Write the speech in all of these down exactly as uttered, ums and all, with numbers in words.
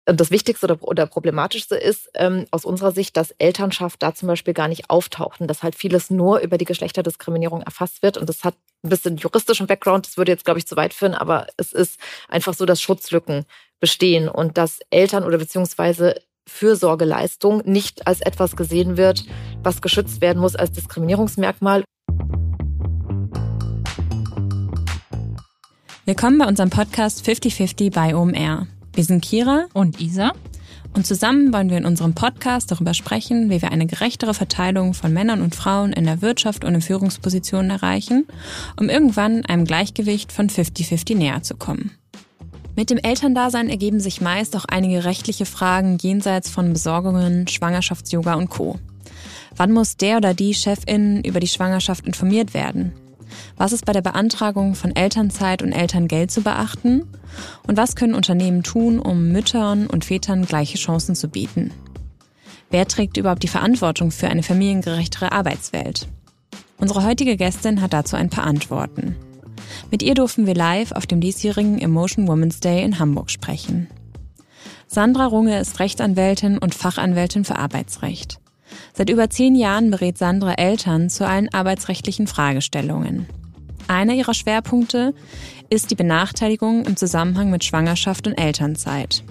Das Wichtigste oder, oder Problematischste ist ähm, aus unserer Sicht, dass Elternschaft da zum Beispiel gar nicht auftaucht und dass halt vieles nur über die Geschlechterdiskriminierung erfasst wird. Und das hat ein bisschen juristischen Background, das würde jetzt, glaube ich, zu weit führen, aber es ist einfach so, dass Schutzlücken bestehen und dass Eltern oder beziehungsweise Fürsorgeleistung nicht als etwas gesehen wird, was geschützt werden muss als Diskriminierungsmerkmal. Willkommen bei unserem Podcast fifty fifty bei O M R. Wir sind Kira und Isa und zusammen wollen wir in unserem Podcast darüber sprechen, wie wir eine gerechtere Verteilung von Männern und Frauen in der Wirtschaft und in Führungspositionen erreichen, um irgendwann einem Gleichgewicht von fifty fifty näher zu kommen. Mit dem Elterndasein ergeben sich meist auch einige rechtliche Fragen jenseits von Besorgungen, Schwangerschafts-Yoga und Co. Wann muss der oder die Chefin über die Schwangerschaft informiert werden? Was ist bei der Beantragung von Elternzeit und Elterngeld zu beachten? Und was können Unternehmen tun, um Müttern und Vätern gleiche Chancen zu bieten? Wer trägt überhaupt die Verantwortung für eine familiengerechtere Arbeitswelt? Unsere heutige Gästin hat dazu ein paar Antworten. Mit ihr durften wir live auf dem diesjährigen Emotion Women's Day in Hamburg sprechen. Sandra Runge ist Rechtsanwältin und Fachanwältin für Arbeitsrecht. Seit über zehn Jahren berät Sandra Eltern zu allen arbeitsrechtlichen Fragestellungen. Einer ihrer Schwerpunkte ist die Benachteiligung im Zusammenhang mit Schwangerschaft und Elternzeit.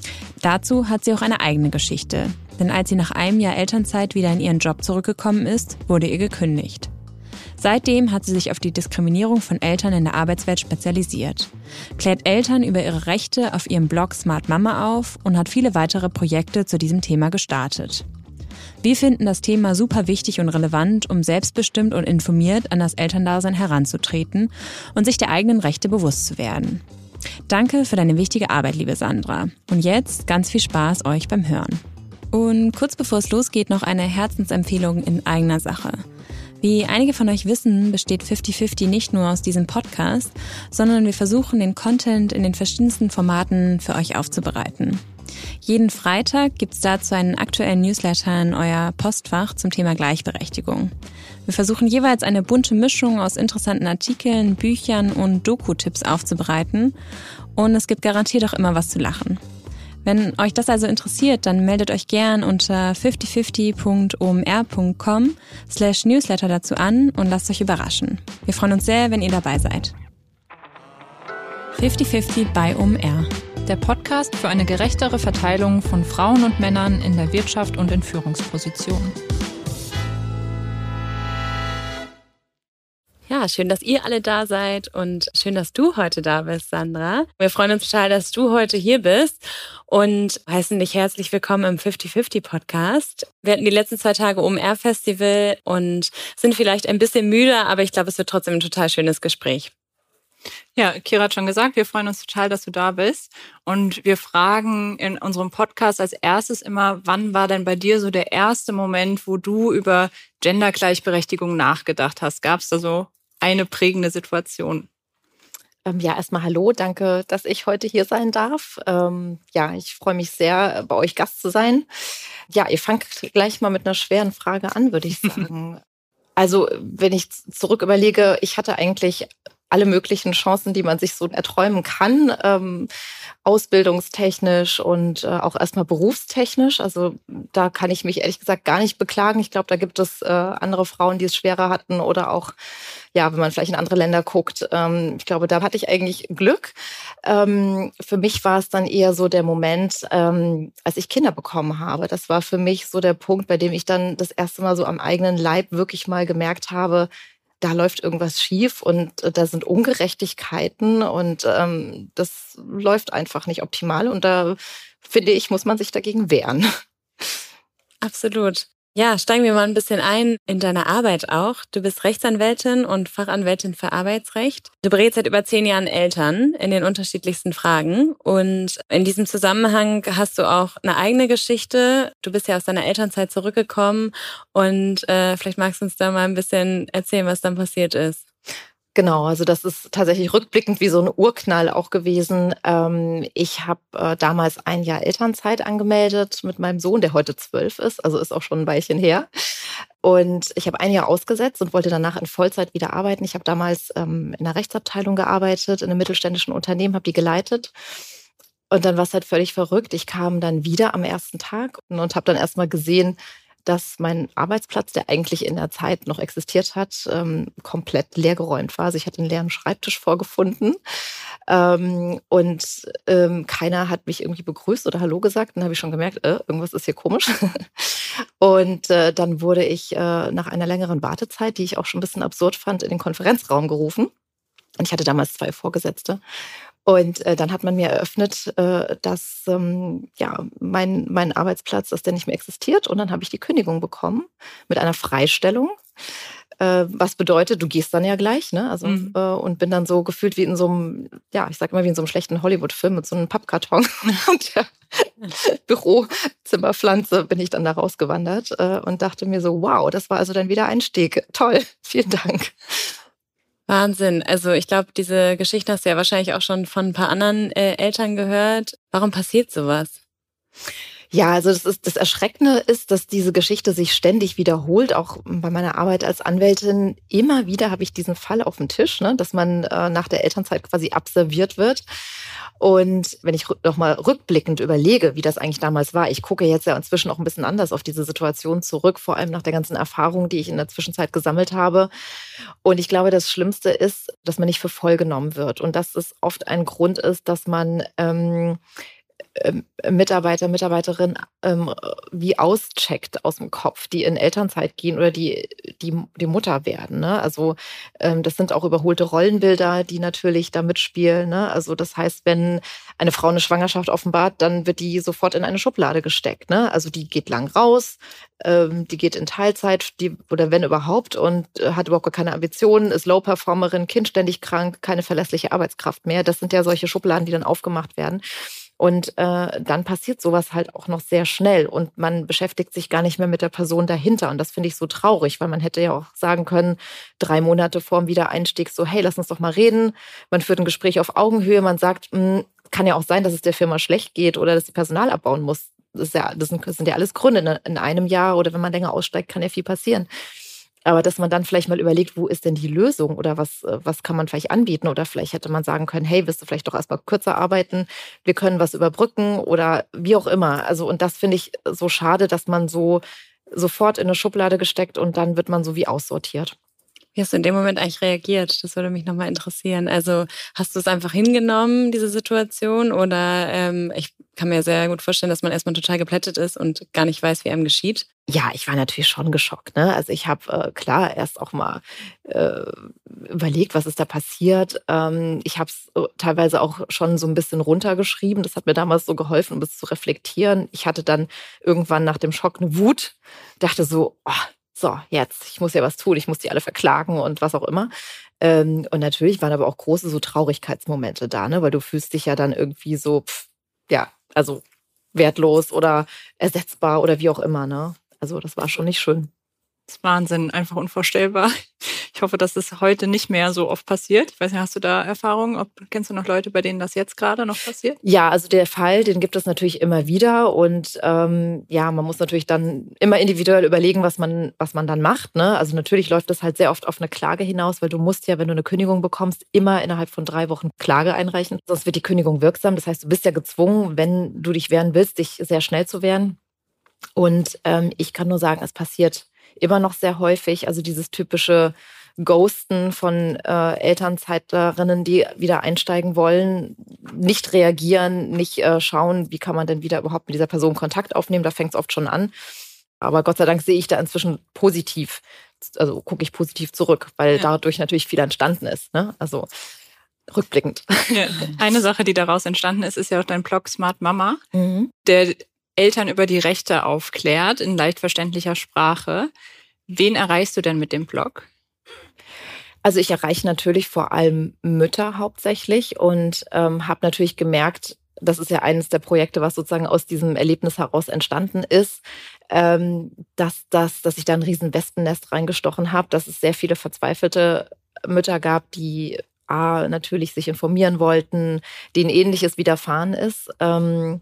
Dazu hat sie auch eine eigene Geschichte, denn als sie nach einem Jahr Elternzeit wieder in ihren Job zurückgekommen ist, wurde ihr gekündigt. Seitdem hat sie sich auf die Diskriminierung von Eltern in der Arbeitswelt spezialisiert, klärt Eltern über ihre Rechte auf ihrem Blog Smart Mama auf und hat viele weitere Projekte zu diesem Thema gestartet. Wir finden das Thema super wichtig und relevant, um selbstbestimmt und informiert an das Elterndasein heranzutreten und sich der eigenen Rechte bewusst zu werden. Danke für deine wichtige Arbeit, liebe Sandra. Und jetzt ganz viel Spaß euch beim Hören. Und kurz bevor es losgeht, noch eine Herzensempfehlung in eigener Sache. Wie einige von euch wissen, besteht fifty fifty nicht nur aus diesem Podcast, sondern wir versuchen, den Content in den verschiedensten Formaten für euch aufzubereiten. Jeden Freitag gibt's dazu einen aktuellen Newsletter in euer Postfach zum Thema Gleichberechtigung. Wir versuchen jeweils eine bunte Mischung aus interessanten Artikeln, Büchern und Doku-Tipps aufzubereiten und es gibt garantiert auch immer was zu lachen. Wenn euch das also interessiert, dann meldet euch gern unter fifty fifty punkt o m r punkt com slash newsletter dazu an und lasst euch überraschen. Wir freuen uns sehr, wenn ihr dabei seid. fifty fifty bei O M R. Der Podcast für eine gerechtere Verteilung von Frauen und Männern in der Wirtschaft und in Führungspositionen. Ja, schön, dass ihr alle da seid und schön, dass du heute da bist, Sandra. Wir freuen uns total, dass du heute hier bist und heißen dich herzlich willkommen im fifty fifty Podcast. Wir hatten die letzten zwei Tage O M R-Festival und sind vielleicht ein bisschen müde, aber ich glaube, es wird trotzdem ein total schönes Gespräch. Ja, Kira hat schon gesagt, wir freuen uns total, dass du da bist. Und wir fragen in unserem Podcast als erstes immer, wann war denn bei dir so der erste Moment, wo du über Gendergleichberechtigung nachgedacht hast? Gab es da so eine prägende Situation? Ähm, ja, erstmal hallo, danke, dass ich heute hier sein darf. Ähm, ja, ich freue mich sehr, bei euch Gast zu sein. Ja, ihr fangt gleich mal mit einer schweren Frage an, würde ich sagen. Also, wenn ich zurück überlege, ich hatte eigentlich alle möglichen Chancen, die man sich so erträumen kann, ähm, ausbildungstechnisch und äh, auch erstmal berufstechnisch. Also da kann ich mich ehrlich gesagt gar nicht beklagen. Ich glaube, da gibt es äh, andere Frauen, die es schwerer hatten oder auch, ja, wenn man vielleicht in andere Länder guckt. Ähm, ich glaube, da hatte ich eigentlich Glück. Ähm, für mich war es dann eher so der Moment, ähm, als ich Kinder bekommen habe. Das war für mich so der Punkt, bei dem ich dann das erste Mal so am eigenen Leib wirklich mal gemerkt habe, da läuft irgendwas schief und äh, da sind Ungerechtigkeiten und ähm, das läuft einfach nicht optimal. Und da, finde ich, muss man sich dagegen wehren. Absolut. Ja, steigen wir mal ein bisschen ein in deine Arbeit auch. Du bist Rechtsanwältin und Fachanwältin für Arbeitsrecht. Du berätst seit über zehn Jahren Eltern in den unterschiedlichsten Fragen. Und in diesem Zusammenhang hast du auch eine eigene Geschichte. Du bist ja aus deiner Elternzeit zurückgekommen und äh, vielleicht magst du uns da mal ein bisschen erzählen, was dann passiert ist. Genau, also das ist tatsächlich rückblickend wie so ein Urknall auch gewesen. Ähm, ich habe äh, damals ein Jahr Elternzeit angemeldet mit meinem Sohn, der heute zwölf ist, also ist auch schon ein Weilchen her. Und ich habe ein Jahr ausgesetzt und wollte danach in Vollzeit wieder arbeiten. Ich habe damals ähm, in der Rechtsabteilung gearbeitet, in einem mittelständischen Unternehmen, habe die geleitet. Und dann war es halt völlig verrückt. Ich kam dann wieder am ersten Tag und habe dann erstmal gesehen, dass mein Arbeitsplatz, der eigentlich in der Zeit noch existiert hat, ähm, komplett leergeräumt war. Also ich hatte einen leeren Schreibtisch vorgefunden ähm, und ähm, keiner hat mich irgendwie begrüßt oder Hallo gesagt. Dann habe ich schon gemerkt, äh, irgendwas ist hier komisch. Und äh, dann wurde ich äh, nach einer längeren Wartezeit, die ich auch schon ein bisschen absurd fand, in den Konferenzraum gerufen. Und ich hatte damals zwei Vorgesetzte. Und äh, dann hat man mir eröffnet, äh, dass ähm, ja, mein, mein Arbeitsplatz, dass der nicht mehr existiert. Und dann habe ich die Kündigung bekommen mit einer Freistellung. Äh, was bedeutet, du gehst dann ja gleich, ne? Also, Mhm. äh, und bin dann so gefühlt wie in so einem, ja, ich sag immer wie in so einem schlechten Hollywood-Film mit so einem Pappkarton und der Bürozimmerpflanze bin ich dann da rausgewandert äh, und dachte mir so, wow, das war also dein Wiedereinstieg. Toll, vielen Dank. Wahnsinn. Also ich glaube, diese Geschichte hast du ja wahrscheinlich auch schon von ein paar anderen äh, Eltern gehört. Warum passiert sowas? Ja, also das ist das Erschreckende ist, dass diese Geschichte sich ständig wiederholt. Auch bei meiner Arbeit als Anwältin immer wieder habe ich diesen Fall auf dem Tisch, ne, dass man äh, nach der Elternzeit quasi abserviert wird. Und wenn ich noch mal rückblickend überlege, wie das eigentlich damals war, ich gucke jetzt ja inzwischen auch ein bisschen anders auf diese Situation zurück, vor allem nach der ganzen Erfahrung, die ich in der Zwischenzeit gesammelt habe. Und ich glaube, das Schlimmste ist, dass man nicht für voll genommen wird und dass es oft ein Grund ist, dass man ähm, ähm, Mitarbeiter, Mitarbeiterin ähm, wie auscheckt aus dem Kopf, die in Elternzeit gehen oder die, die, die Mutter werden. Ne? Also ähm, das sind auch überholte Rollenbilder, die natürlich da mitspielen. Ne? Also das heißt, wenn eine Frau eine Schwangerschaft offenbart, dann wird die sofort in eine Schublade gesteckt. Ne? Also die geht lang raus, ähm, die geht in Teilzeit, die, oder wenn überhaupt, und äh, hat überhaupt gar keine Ambitionen, ist Low-Performerin, Kind ständig krank, keine verlässliche Arbeitskraft mehr. Das sind ja solche Schubladen, die dann aufgemacht werden. Und äh, dann passiert sowas halt auch noch sehr schnell und man beschäftigt sich gar nicht mehr mit der Person dahinter. Und das finde ich so traurig, weil man hätte ja auch sagen können, drei Monate vor dem Wiedereinstieg so, hey, lass uns doch mal reden. Man führt ein Gespräch auf Augenhöhe, man sagt, mh, kann ja auch sein, dass es der Firma schlecht geht oder dass sie Personal abbauen muss. Das, ist ja, das, sind, das sind ja alles Gründe. In einem Jahr oder wenn man länger aussteigt, kann ja viel passieren. Aber dass man dann vielleicht mal überlegt, wo ist denn die Lösung oder was, was kann man vielleicht anbieten? Oder vielleicht hätte man sagen können, hey, willst du vielleicht doch erstmal kürzer arbeiten? Wir können was überbrücken oder wie auch immer. Also, und das finde ich so schade, dass man so sofort in eine Schublade gesteckt und dann wird man so wie aussortiert. Wie hast du in dem Moment eigentlich reagiert? Das würde mich nochmal interessieren. Also hast du es einfach hingenommen, diese Situation? Oder ähm, ich kann mir sehr gut vorstellen, dass man erstmal total geplättet ist und gar nicht weiß, wie einem geschieht. Ja, ich war natürlich schon geschockt. Ne? Also ich habe äh, klar erst auch mal äh, überlegt, was ist da passiert. Ähm, ich habe es äh, teilweise auch schon so ein bisschen runtergeschrieben. Das hat mir damals so geholfen, um es zu reflektieren. Ich hatte dann irgendwann nach dem Schock eine Wut, dachte so, oh, so, jetzt, ich muss ja was tun, ich muss die alle verklagen und was auch immer. Ähm, und natürlich waren aber auch große so Traurigkeitsmomente da, ne? Weil du fühlst dich ja dann irgendwie so, pff, ja, also wertlos oder ersetzbar oder wie auch immer, ne? Also das war schon nicht schön. Das ist Wahnsinn, einfach unvorstellbar. Ich hoffe, dass es heute nicht mehr so oft passiert. Ich weiß nicht, hast du da Erfahrungen? Ob, kennst du noch Leute, bei denen das jetzt gerade noch passiert? Ja, also der Fall, den gibt es natürlich immer wieder. Und ähm, ja, man muss natürlich dann immer individuell überlegen, was man, was man dann macht. Ne? Also natürlich läuft das halt sehr oft auf eine Klage hinaus, weil du musst ja, wenn du eine Kündigung bekommst, immer innerhalb von drei Wochen Klage einreichen. Sonst wird die Kündigung wirksam. Das heißt, du bist ja gezwungen, wenn du dich wehren willst, dich sehr schnell zu wehren. Und ähm, ich kann nur sagen, es passiert immer noch sehr häufig. Also dieses typische Ghosten von äh, Elternzeitlerinnen, die wieder einsteigen wollen, nicht reagieren, nicht äh, schauen, wie kann man denn wieder überhaupt mit dieser Person Kontakt aufnehmen. Da fängt es oft schon an. Aber Gott sei Dank sehe ich da inzwischen positiv, also gucke ich positiv zurück, weil ja. dadurch natürlich viel entstanden ist. Ne? Also rückblickend. Ja. Eine Sache, die daraus entstanden ist, ist ja auch dein Blog Smart Mama, mhm. der Eltern über die Rechte aufklärt in leicht verständlicher Sprache. Wen erreichst du denn mit dem Blog? Also ich erreiche natürlich vor allem Mütter hauptsächlich und ähm, habe natürlich gemerkt, das ist ja eines der Projekte, was sozusagen aus diesem Erlebnis heraus entstanden ist, ähm, dass, dass, dass ich da ein riesen Wespennest reingestochen habe, dass es sehr viele verzweifelte Mütter gab, die A, natürlich sich informieren wollten, denen Ähnliches widerfahren ist. Ähm,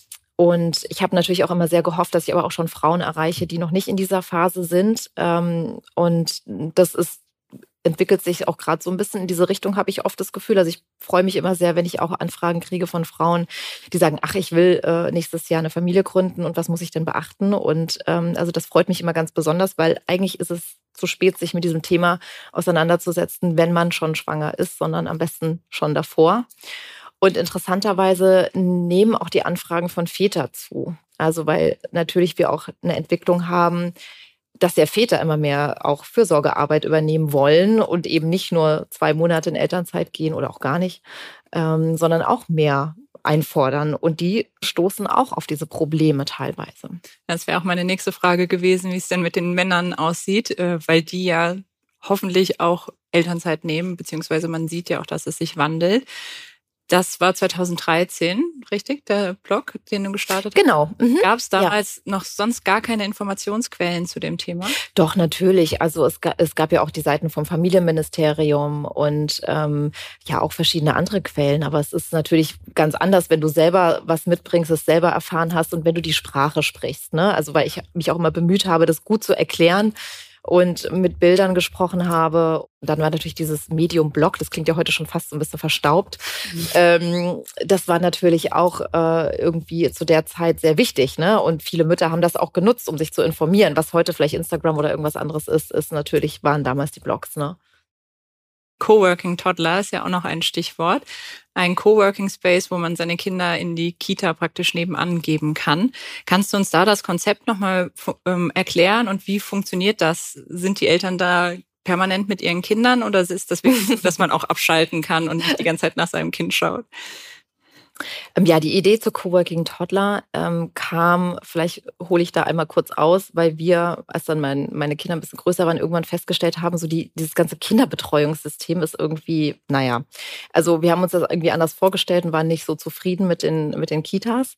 Und ich habe natürlich auch immer sehr gehofft, dass ich aber auch schon Frauen erreiche, die noch nicht in dieser Phase sind. Und das ist entwickelt sich auch gerade so ein bisschen in diese Richtung, habe ich oft das Gefühl. Also ich freue mich immer sehr, wenn ich auch Anfragen kriege von Frauen, die sagen, ach, ich will äh, nächstes Jahr eine Familie gründen und was muss ich denn beachten? Und ähm, also das freut mich immer ganz besonders, weil eigentlich ist es zu spät, sich mit diesem Thema auseinanderzusetzen, wenn man schon schwanger ist, sondern am besten schon davor. Und interessanterweise nehmen auch die Anfragen von Vätern zu. Also weil natürlich wir auch eine Entwicklung haben, dass ja Väter immer mehr auch Fürsorgearbeit übernehmen wollen und eben nicht nur zwei Monate in Elternzeit gehen oder auch gar nicht, ähm, sondern auch mehr einfordern. Und die stoßen auch auf diese Probleme teilweise. Das wäre auch meine nächste Frage gewesen, wie es denn mit den Männern aussieht, weil die ja hoffentlich auch Elternzeit nehmen, beziehungsweise man sieht ja auch, dass es sich wandelt. Das war zweitausenddreizehn, richtig, der Blog, den du gestartet hast? Genau. Mhm. Gab es damals ja noch sonst gar keine Informationsquellen zu dem Thema? Doch, natürlich. Also es gab, es gab ja auch die Seiten vom Familienministerium und ähm, ja auch verschiedene andere Quellen. Aber es ist natürlich ganz anders, wenn du selber was mitbringst, es selber erfahren hast und wenn du die Sprache sprichst. Ne? Also weil ich mich auch immer bemüht habe, das gut zu erklären und mit Bildern gesprochen habe. Dann war natürlich dieses Medium-Blog, das klingt ja heute schon fast so ein bisschen verstaubt. Mhm. Ähm, das war natürlich auch äh, irgendwie zu der Zeit sehr wichtig, ne? Und viele Mütter haben das auch genutzt, um sich zu informieren. Was heute vielleicht Instagram oder irgendwas anderes ist, ist natürlich, waren damals die Blogs, ne? Coworking Toddler ist ja auch noch ein Stichwort. Ein Coworking Space, wo man seine Kinder in die Kita praktisch nebenan geben kann. Kannst du uns da das Konzept nochmal ähm, erklären und wie funktioniert das? Sind die Eltern da permanent mit ihren Kindern oder ist das wirklich so, dass man auch abschalten kann und nicht die ganze Zeit nach seinem Kind schaut? Ja, die Idee zu Coworking Toddler ähm, kam, vielleicht hole ich da einmal kurz aus, weil wir, als dann mein, meine Kinder ein bisschen größer waren, irgendwann festgestellt haben, so die, dieses ganze Kinderbetreuungssystem ist irgendwie, naja, also wir haben uns das irgendwie anders vorgestellt und waren nicht so zufrieden mit den, mit den Kitas.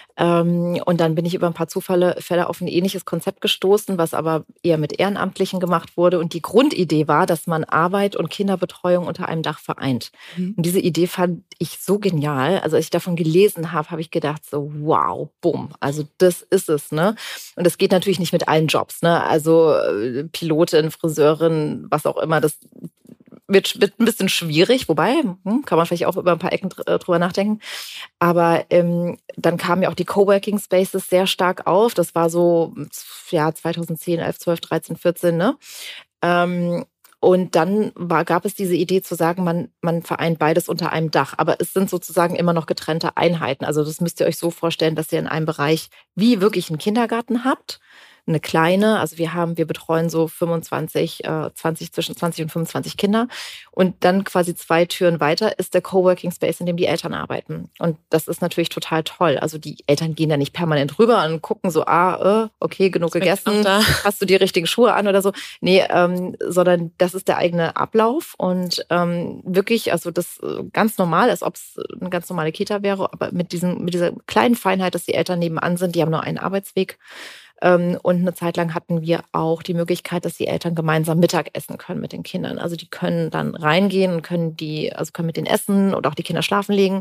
Ähm, und dann bin ich über ein paar Zufälle Fälle auf ein ähnliches Konzept gestoßen, was aber eher mit Ehrenamtlichen gemacht wurde. Und die Grundidee war, dass man Arbeit und Kinderbetreuung unter einem Dach vereint. Mhm. Und diese Idee fand ich so genial. Also als ich davon gelesen habe, habe ich gedacht so, wow, bumm, also das ist es, ne? Und das geht natürlich nicht mit allen Jobs, ne? Also äh, Pilotin, Friseurin, was auch immer, das Wird, wird ein bisschen schwierig, wobei, hm, kann man vielleicht auch über ein paar Ecken drüber nachdenken. Aber ähm, dann kamen ja auch die Coworking Spaces sehr stark auf. Das war so ja, zweitausendzehn, elf, zwölf, dreizehn, vierzehn. Ne? Ähm, und dann war, gab es diese Idee zu sagen, man, man vereint beides unter einem Dach. Aber es sind sozusagen immer noch getrennte Einheiten. Also das müsst ihr euch so vorstellen, dass ihr in einem Bereich wie wirklich einen Kindergarten habt. Eine kleine, also wir haben, wir betreuen so fünfundzwanzig, äh, zwanzig, zwischen zwanzig und fünfundzwanzig Kinder. Und dann quasi zwei Türen weiter ist der Coworking Space, in dem die Eltern arbeiten. Und das ist natürlich total toll. Also die Eltern gehen da nicht permanent rüber und gucken so, ah, äh, okay, genug gegessen, hast du die richtigen Schuhe an oder so. Nee, ähm, sondern das ist der eigene Ablauf und ähm, wirklich, also das ganz normal, als ob es eine ganz normale Kita wäre, aber mit, diesen, mit dieser kleinen Feinheit, dass die Eltern nebenan sind, die haben nur einen Arbeitsweg. Und eine Zeit lang hatten wir auch die Möglichkeit, dass die Eltern gemeinsam Mittag essen können mit den Kindern. Also die können dann reingehen und können die, also können mit denen essen oder auch die Kinder schlafen legen.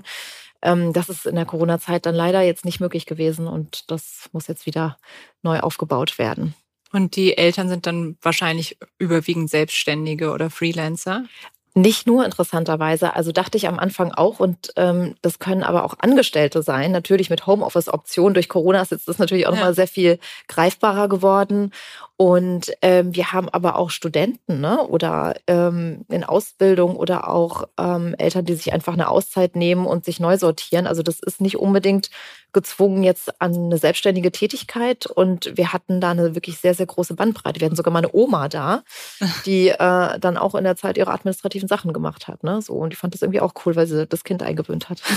Das ist in der Corona-Zeit dann leider jetzt nicht möglich gewesen und das muss jetzt wieder neu aufgebaut werden. Und die Eltern sind dann wahrscheinlich überwiegend Selbstständige oder Freelancer? Nicht nur, interessanterweise. Also dachte ich am Anfang auch. Und ähm, das können aber auch Angestellte sein. Natürlich mit Homeoffice-Optionen. Durch Corona ist jetzt das natürlich auch ja. nochmal sehr viel greifbarer geworden. Und ähm, wir haben aber auch Studenten, ne? Oder ähm, in Ausbildung oder auch ähm, Eltern, die sich einfach eine Auszeit nehmen und sich neu sortieren. Also das ist nicht unbedingt gezwungen jetzt an eine selbstständige Tätigkeit. Und wir hatten da eine wirklich sehr, sehr große Bandbreite. Wir hatten sogar mal eine Oma da, die äh, dann auch in der Zeit ihre administrativen Sachen gemacht hat. Ne? So, und ich fand das irgendwie auch cool, weil sie das Kind eingewöhnt hat.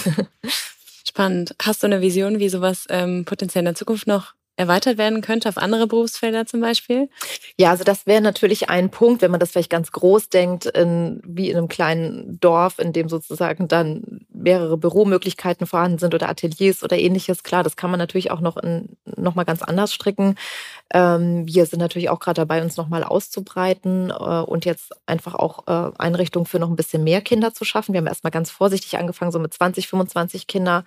Spannend. Hast du eine Vision, wie sowas ähm, potenziell in der Zukunft noch erweitert werden könnte auf andere Berufsfelder zum Beispiel? Ja, also das wäre natürlich ein Punkt, wenn man das vielleicht ganz groß denkt, in, wie in einem kleinen Dorf, in dem sozusagen dann mehrere Büromöglichkeiten vorhanden sind oder Ateliers oder ähnliches. Klar, das kann man natürlich auch noch, in, noch mal ganz anders stricken. Ähm, wir sind natürlich auch gerade dabei, uns noch mal auszubreiten äh, und jetzt einfach auch äh, Einrichtungen für noch ein bisschen mehr Kinder zu schaffen. Wir haben erstmal ganz vorsichtig angefangen, so mit zwanzig, fünfundzwanzig Kinder.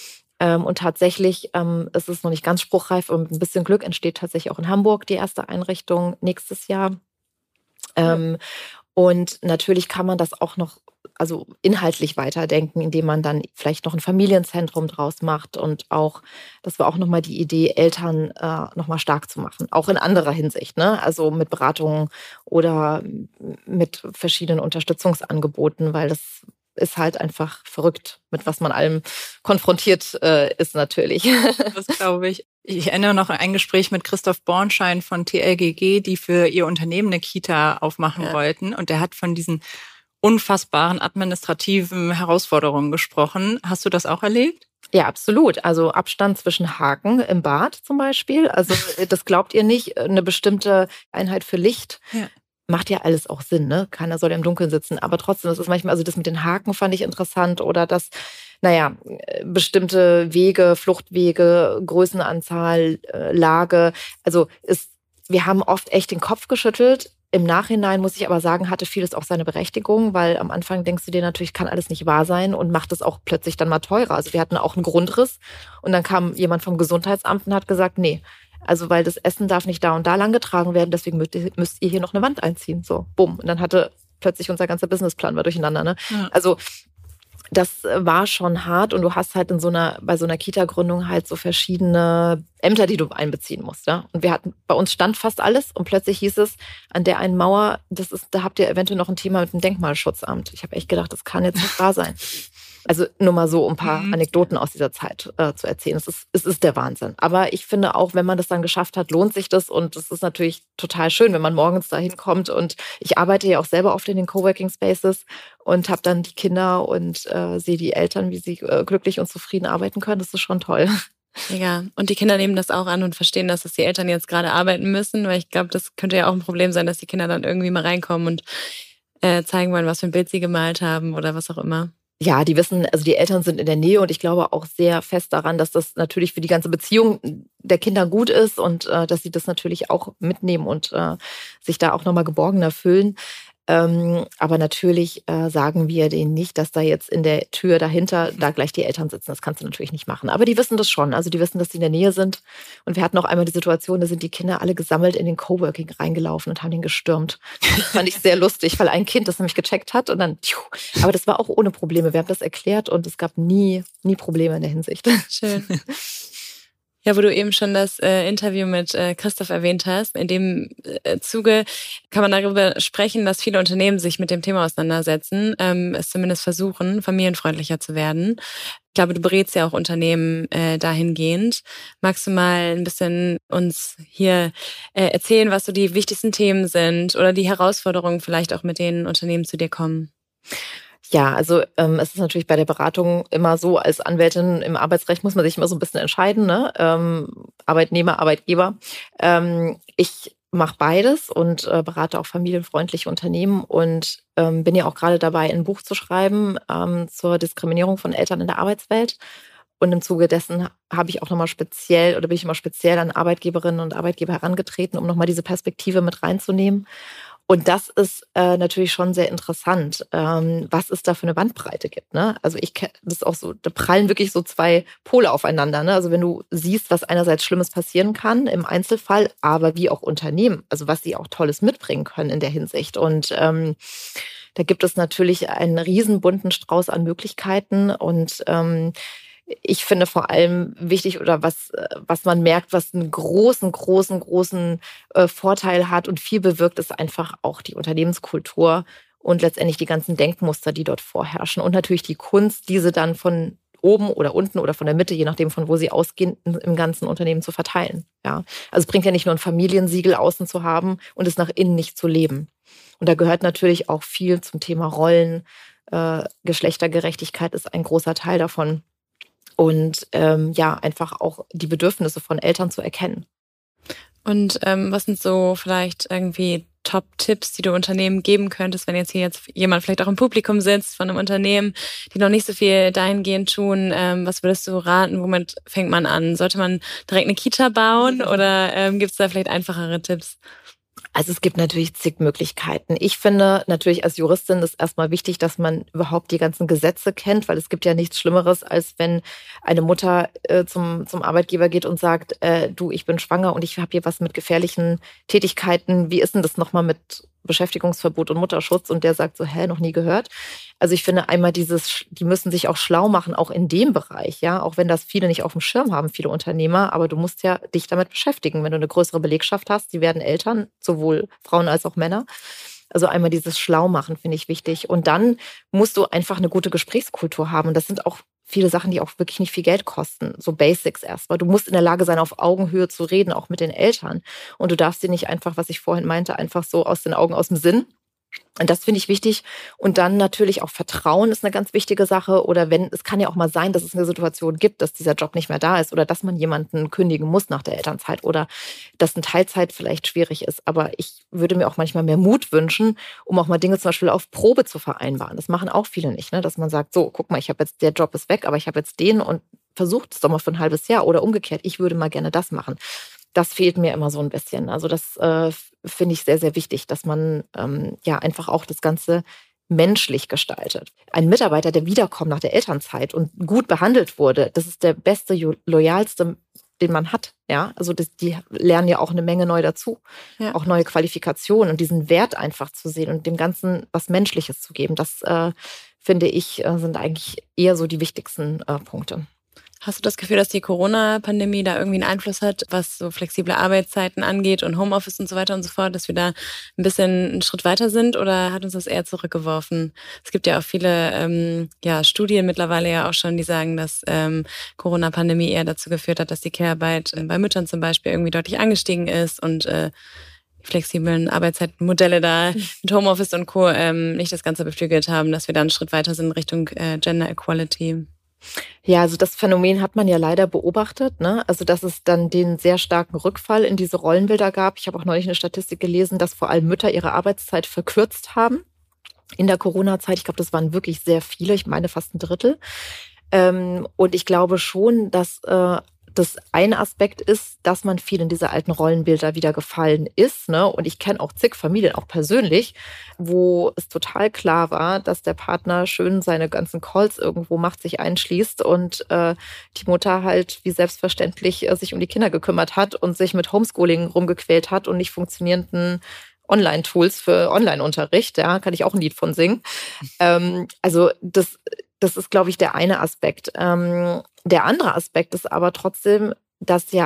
Und tatsächlich ähm, ist es noch nicht ganz spruchreif und ein bisschen Glück entsteht tatsächlich auch in Hamburg die erste Einrichtung nächstes Jahr. Ähm, Und natürlich kann man das auch noch also inhaltlich weiterdenken, indem man dann vielleicht noch ein Familienzentrum draus macht und auch, das war auch nochmal die Idee, Eltern äh, nochmal stark zu machen, auch in anderer Hinsicht, ne? Also mit Beratungen oder mit verschiedenen Unterstützungsangeboten, weil das ist halt einfach verrückt, mit was man allem konfrontiert äh, ist natürlich. Das glaube ich. Ich erinnere noch an ein Gespräch mit Christoph Bornschein von T L G G, die für ihr Unternehmen eine Kita aufmachen ja. wollten. Und der hat von diesen unfassbaren administrativen Herausforderungen gesprochen. Hast du das auch erlebt? Ja, absolut. Also Abstand zwischen Haken im Bad zum Beispiel. Also das glaubt ihr nicht. Eine bestimmte Einheit für Licht. Ja. Macht ja alles auch Sinn, ne? Keiner soll ja im Dunkeln sitzen. Aber trotzdem, das ist manchmal, also das mit den Haken fand ich interessant. Oder das, naja, bestimmte Wege, Fluchtwege, Größenanzahl, Lage. Also ist, wir haben oft echt den Kopf geschüttelt. Im Nachhinein, muss ich aber sagen, hatte vieles auch seine Berechtigung, weil am Anfang denkst du dir natürlich, kann alles nicht wahr sein und macht es auch plötzlich dann mal teurer. Also wir hatten auch einen Grundriss und dann kam jemand vom Gesundheitsamt und hat gesagt, nee, also weil das Essen darf nicht da und da lang getragen werden, deswegen müsst ihr, müsst ihr hier noch eine Wand einziehen. So, bumm. Und dann hatte plötzlich unser ganzer Businessplan war durcheinander. Ne? Ja. Also das war schon hart und du hast halt in so einer, bei so einer Kita-Gründung halt so verschiedene Ämter, die du einbeziehen musst. Ja? Und wir hatten, bei uns stand fast alles und plötzlich hieß es, an der einen Mauer, das ist, da habt ihr eventuell noch ein Thema mit dem Denkmalschutzamt. Ich habe echt gedacht, das kann jetzt nicht wahr sein. Also nur mal so, um ein paar Anekdoten aus dieser Zeit äh, zu erzählen. Es ist, es ist der Wahnsinn. Aber ich finde auch, wenn man das dann geschafft hat, lohnt sich das. Und es ist natürlich total schön, wenn man morgens da hinkommt. Und ich arbeite ja auch selber oft in den Coworking Spaces und habe dann die Kinder und äh, sehe die Eltern, wie sie äh, glücklich und zufrieden arbeiten können. Das ist schon toll. Ja, und die Kinder nehmen das auch an und verstehen, dass das die Eltern jetzt gerade arbeiten müssen. Weil ich glaube, das könnte ja auch ein Problem sein, dass die Kinder dann irgendwie mal reinkommen und äh, zeigen wollen, was für ein Bild sie gemalt haben oder was auch immer. Ja, die wissen, also die Eltern sind in der Nähe und ich glaube auch sehr fest daran, dass das natürlich für die ganze Beziehung der Kinder gut ist und äh, dass sie das natürlich auch mitnehmen und äh, sich da auch nochmal geborgener fühlen. Ähm, aber natürlich äh, sagen wir denen nicht, dass da jetzt in der Tür dahinter da gleich die Eltern sitzen. Das kannst du natürlich nicht machen. Aber die wissen das schon. Also die wissen, dass sie in der Nähe sind. Und wir hatten auch einmal die Situation, da sind die Kinder alle gesammelt in den Coworking reingelaufen und haben den gestürmt. Das fand ich sehr lustig, weil ein Kind das nämlich gecheckt hat und dann, tschuh. Aber das war auch ohne Probleme. Wir haben das erklärt und es gab nie, nie Probleme in der Hinsicht. Schön. Ja, wo du eben schon das äh, Interview mit äh, Christoph erwähnt hast, in dem äh, Zuge kann man darüber sprechen, dass viele Unternehmen sich mit dem Thema auseinandersetzen, ähm, es zumindest versuchen, familienfreundlicher zu werden. Ich glaube, du berätst ja auch Unternehmen äh, dahingehend. Magst du mal ein bisschen uns hier äh, erzählen, was so die wichtigsten Themen sind oder die Herausforderungen vielleicht auch, mit denen Unternehmen zu dir kommen? Ja, also ähm, es ist natürlich bei der Beratung immer so, als Anwältin im Arbeitsrecht muss man sich immer so ein bisschen entscheiden, ne? Ähm, Arbeitnehmer, Arbeitgeber. Ähm, ich mache beides und äh, berate auch familienfreundliche Unternehmen und ähm, bin ja auch gerade dabei, ein Buch zu schreiben ähm, zur Diskriminierung von Eltern in der Arbeitswelt. Und im Zuge dessen habe ich auch nochmal speziell oder bin ich immer speziell an Arbeitgeberinnen und Arbeitgeber herangetreten, um nochmal diese Perspektive mit reinzunehmen. Und das ist äh, natürlich schon sehr interessant, ähm, was es da für eine Bandbreite gibt. Ne? Also ich kenne das auch so, da prallen wirklich so zwei Pole aufeinander. Ne? Also wenn du siehst, was einerseits Schlimmes passieren kann im Einzelfall, aber wie auch Unternehmen, also was sie auch Tolles mitbringen können in der Hinsicht. Und ähm, da gibt es natürlich einen riesen bunten Strauß an Möglichkeiten und ähm, ich finde vor allem wichtig oder was, was man merkt, was einen großen, großen, großen äh, Vorteil hat und viel bewirkt, ist einfach auch die Unternehmenskultur und letztendlich die ganzen Denkmuster, die dort vorherrschen. Und natürlich die Kunst, diese dann von oben oder unten oder von der Mitte, je nachdem von wo sie ausgehen, im ganzen Unternehmen zu verteilen. Ja. Also es bringt ja nicht nur ein Familiensiegel außen zu haben und es nach innen nicht zu leben. Und da gehört natürlich auch viel zum Thema Rollen. Äh, Geschlechtergerechtigkeit ist ein großer Teil davon. Und ähm, ja, einfach auch die Bedürfnisse von Eltern zu erkennen. Und ähm, was sind so vielleicht irgendwie Top-Tipps, die du Unternehmen geben könntest, wenn jetzt hier jetzt jemand vielleicht auch im Publikum sitzt von einem Unternehmen, die noch nicht so viel dahingehend tun? Ähm, was würdest du raten? Womit fängt man an? Sollte man direkt eine Kita bauen oder ähm, gibt es da vielleicht einfachere Tipps? Also es gibt natürlich zig Möglichkeiten. Ich finde natürlich als Juristin ist erstmal wichtig, dass man überhaupt die ganzen Gesetze kennt, weil es gibt ja nichts Schlimmeres, als wenn eine Mutter äh, zum, zum Arbeitgeber geht und sagt, äh, du, ich bin schwanger und ich habe hier was mit gefährlichen Tätigkeiten. Wie ist denn das nochmal mit Beschäftigungsverbot und Mutterschutz und der sagt so, hä, noch nie gehört. Also ich finde einmal dieses, die müssen sich auch schlau machen, auch in dem Bereich, ja, auch wenn das viele nicht auf dem Schirm haben, viele Unternehmer, aber du musst ja dich damit beschäftigen, wenn du eine größere Belegschaft hast, die werden Eltern, sowohl Frauen als auch Männer. Also einmal dieses Schlaumachen finde ich wichtig. Und dann musst du einfach eine gute Gesprächskultur haben. Und das sind auch viele Sachen, die auch wirklich nicht viel Geld kosten. So Basics erstmal. Du musst in der Lage sein, auf Augenhöhe zu reden, auch mit den Eltern. Und du darfst sie nicht einfach, was ich vorhin meinte, einfach so aus den Augen, aus dem Sinn. Und das finde ich wichtig. Und dann natürlich auch Vertrauen ist eine ganz wichtige Sache. Oder wenn, es kann ja auch mal sein, dass es eine Situation gibt, dass dieser Job nicht mehr da ist oder dass man jemanden kündigen muss nach der Elternzeit oder dass eine Teilzeit vielleicht schwierig ist. Aber ich würde mir auch manchmal mehr Mut wünschen, um auch mal Dinge zum Beispiel auf Probe zu vereinbaren. Das machen auch viele nicht, ne? Dass man sagt, so, guck mal, ich habe jetzt, der Job ist weg, aber ich habe jetzt den und versucht es doch mal für ein halbes Jahr oder umgekehrt. Ich würde mal gerne das machen. Das fehlt mir immer so ein bisschen. Also das äh, finde ich sehr, sehr wichtig, dass man ähm, ja einfach auch das Ganze menschlich gestaltet. Ein Mitarbeiter, der wiederkommt nach der Elternzeit und gut behandelt wurde, das ist der beste, loyalste, den man hat. Ja, also das, die lernen ja auch eine Menge neu dazu, ja. Auch neue Qualifikationen und diesen Wert einfach zu sehen und dem Ganzen was Menschliches zu geben. Das äh, finde ich äh, sind eigentlich eher so die wichtigsten äh, Punkte. Hast du das Gefühl, dass die Corona-Pandemie da irgendwie einen Einfluss hat, was so flexible Arbeitszeiten angeht und Homeoffice und so weiter und so fort, dass wir da ein bisschen einen Schritt weiter sind oder hat uns das eher zurückgeworfen? Es gibt ja auch viele ähm, ja, Studien mittlerweile ja auch schon, die sagen, dass ähm, Corona-Pandemie eher dazu geführt hat, dass die Care-Arbeit äh, bei Müttern zum Beispiel irgendwie deutlich angestiegen ist und äh, die flexiblen Arbeitszeitmodelle da mit Homeoffice und Co. Ähm, nicht das Ganze beflügelt haben, dass wir da einen Schritt weiter sind in Richtung äh, Gender Equality. Ja, also das Phänomen hat man ja leider beobachtet, ne? Also dass es dann den sehr starken Rückfall in diese Rollenbilder gab. Ich habe auch neulich eine Statistik gelesen, dass vor allem Mütter ihre Arbeitszeit verkürzt haben in der Corona-Zeit. Ich glaube, das waren wirklich sehr viele, ich meine fast ein Drittel. Ähm, und ich glaube schon, dass äh, das ein Aspekt ist, dass man viel in diese alten Rollenbilder wieder gefallen ist, ne? Und ich kenne auch zig Familien, auch persönlich, wo es total klar war, dass der Partner schön seine ganzen Calls irgendwo macht, sich einschließt und äh, die Mutter halt wie selbstverständlich äh, sich um die Kinder gekümmert hat und sich mit Homeschooling rumgequält hat und nicht funktionierenden Online-Tools für Online-Unterricht. Ja, kann ich auch ein Lied von singen. Ähm, also das Das ist, glaube ich, der eine Aspekt. Ähm, der andere Aspekt ist aber trotzdem, dass ja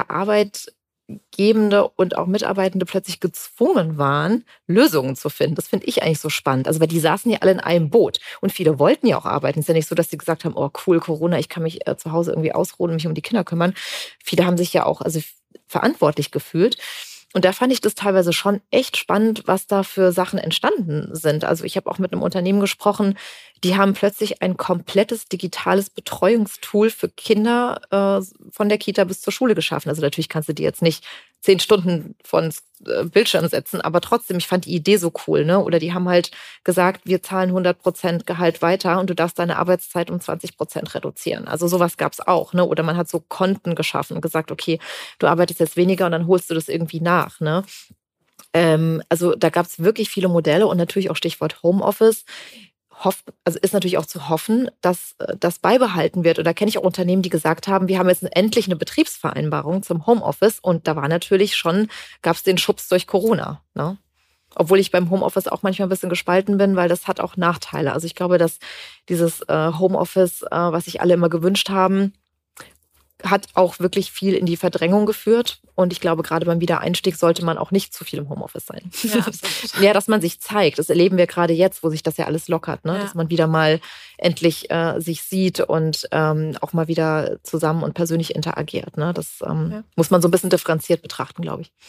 Arbeitgebende und auch Mitarbeitende plötzlich gezwungen waren, Lösungen zu finden. Das finde ich eigentlich so spannend. Also, weil die saßen ja alle in einem Boot und viele wollten ja auch arbeiten. Es ist ja nicht so, dass sie gesagt haben, oh cool, Corona, ich kann mich äh, zu Hause irgendwie ausruhen und mich um die Kinder kümmern. Viele haben sich ja auch also verantwortlich gefühlt. Und da fand ich das teilweise schon echt spannend, was da für Sachen entstanden sind. Also ich habe auch mit einem Unternehmen gesprochen, die haben plötzlich ein komplettes digitales Betreuungstool für Kinder äh, von der Kita bis zur Schule geschaffen. Also natürlich kannst du die jetzt nicht zehn Stunden von äh, Bildschirm setzen, aber trotzdem, ich fand die Idee so cool, ne? Oder die haben halt gesagt, wir zahlen hundert Prozent Gehalt weiter und du darfst deine Arbeitszeit um zwanzig Prozent reduzieren. Also sowas gab's auch, ne? Oder man hat so Konten geschaffen und gesagt, okay, du arbeitest jetzt weniger und dann holst du das irgendwie nach, ne? Ähm, also da gab's wirklich viele Modelle und natürlich auch Stichwort Homeoffice. Hofft, also ist natürlich auch zu hoffen, dass das beibehalten wird. Und da kenne ich auch Unternehmen, die gesagt haben, wir haben jetzt endlich eine Betriebsvereinbarung zum Homeoffice. Und da war natürlich schon, gab es den Schubs durch Corona. Ne? Obwohl ich beim Homeoffice auch manchmal ein bisschen gespalten bin, weil das hat auch Nachteile. Also ich glaube, dass dieses äh, Homeoffice, äh, was sich alle immer gewünscht haben, hat auch wirklich viel in die Verdrängung geführt. Und ich glaube, gerade beim Wiedereinstieg sollte man auch nicht zu viel im Homeoffice sein. Ja, ja, dass man sich zeigt. Das erleben wir gerade jetzt, wo sich das ja alles lockert. Ne? Ja. Dass man wieder mal endlich äh, sich sieht und ähm, auch mal wieder zusammen und persönlich interagiert. Ne? Das ähm, ja. muss man so ein bisschen differenziert betrachten, glaube ich.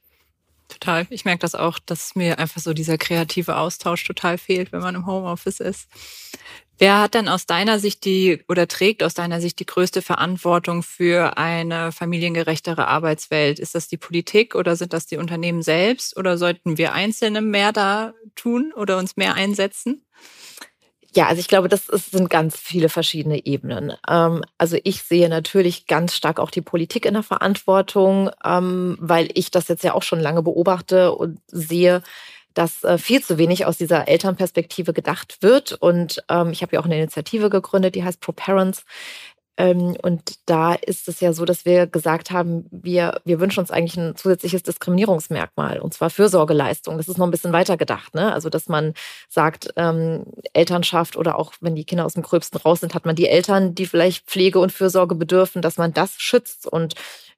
Total. Ich merke das auch, dass mir einfach so dieser kreative Austausch total fehlt, wenn man im Homeoffice ist. Wer hat denn aus deiner Sicht die oder trägt aus deiner Sicht die größte Verantwortung für eine familiengerechtere Arbeitswelt? Ist das die Politik oder sind das die Unternehmen selbst? Oder sollten wir Einzelne mehr da tun oder uns mehr einsetzen? Ja, also ich glaube, das ist, sind ganz viele verschiedene Ebenen. Ähm, also ich sehe natürlich ganz stark auch die Politik in der Verantwortung, ähm, weil ich das jetzt ja auch schon lange beobachte und sehe, dass äh, viel zu wenig aus dieser Elternperspektive gedacht wird. Und ähm, ich habe ja auch eine Initiative gegründet, die heißt ProParents. Und da ist es ja so, dass wir gesagt haben, wir, wir wünschen uns eigentlich ein zusätzliches Diskriminierungsmerkmal, und zwar Fürsorgeleistung. Das ist noch ein bisschen weiter gedacht, ne? Also, dass man sagt, ähm, Elternschaft oder auch wenn die Kinder aus dem Gröbsten raus sind, hat man die Eltern, die vielleicht Pflege und Fürsorge bedürfen, dass man das schützt. Und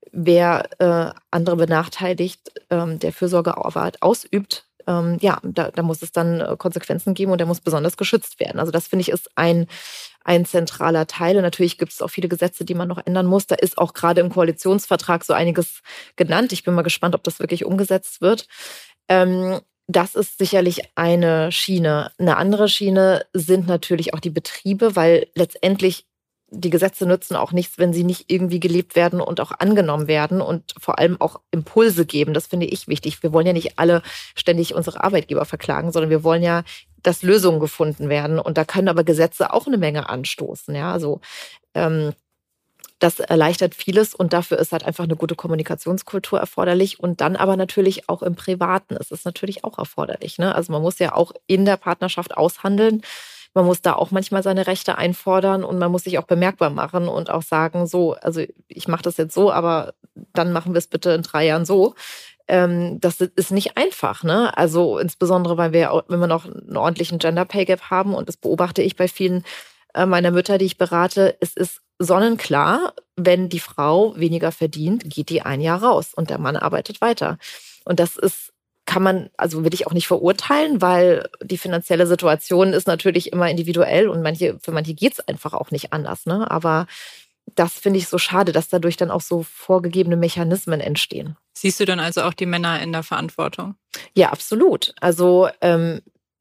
wer äh, andere benachteiligt, ähm, der Fürsorgearbeit ausübt, ähm, ja, da, da muss es dann äh, Konsequenzen geben und der muss besonders geschützt werden. Also das, finde ich, ist ein ein zentraler Teil. Und natürlich gibt es auch viele Gesetze, die man noch ändern muss. Da ist auch gerade im Koalitionsvertrag so einiges genannt. Ich bin mal gespannt, ob das wirklich umgesetzt wird. Ähm, das ist sicherlich eine Schiene. Eine andere Schiene sind natürlich auch die Betriebe, weil letztendlich die Gesetze nützen auch nichts, wenn sie nicht irgendwie gelebt werden und auch angenommen werden und vor allem auch Impulse geben. Das finde ich wichtig. Wir wollen ja nicht alle ständig unsere Arbeitgeber verklagen, sondern wir wollen ja, dass Lösungen gefunden werden. Und da können aber Gesetze auch eine Menge anstoßen. Ja, also ähm, das erleichtert vieles und dafür ist halt einfach eine gute Kommunikationskultur erforderlich. Und dann aber natürlich auch im Privaten ist es natürlich auch erforderlich. Ne? Also man muss ja auch in der Partnerschaft aushandeln. Man muss da auch manchmal seine Rechte einfordern und man muss sich auch bemerkbar machen und auch sagen, so, also ich mache das jetzt so, aber dann machen wir es bitte in drei Jahren so. Ähm, das ist nicht einfach, ne? Also insbesondere, weil wir auch immer noch einen ordentlichen Gender Pay Gap haben und das beobachte ich bei vielen äh, meiner Mütter, die ich berate. Es ist sonnenklar, wenn die Frau weniger verdient, geht die ein Jahr raus und der Mann arbeitet weiter. Und das ist kann man, also will ich auch nicht verurteilen, weil die finanzielle Situation ist natürlich immer individuell und manche, für manche geht es einfach auch nicht anders. Ne? Aber das finde ich so schade, dass dadurch dann auch so vorgegebene Mechanismen entstehen. Siehst du dann also auch die Männer in der Verantwortung? Ja, absolut. Also ähm,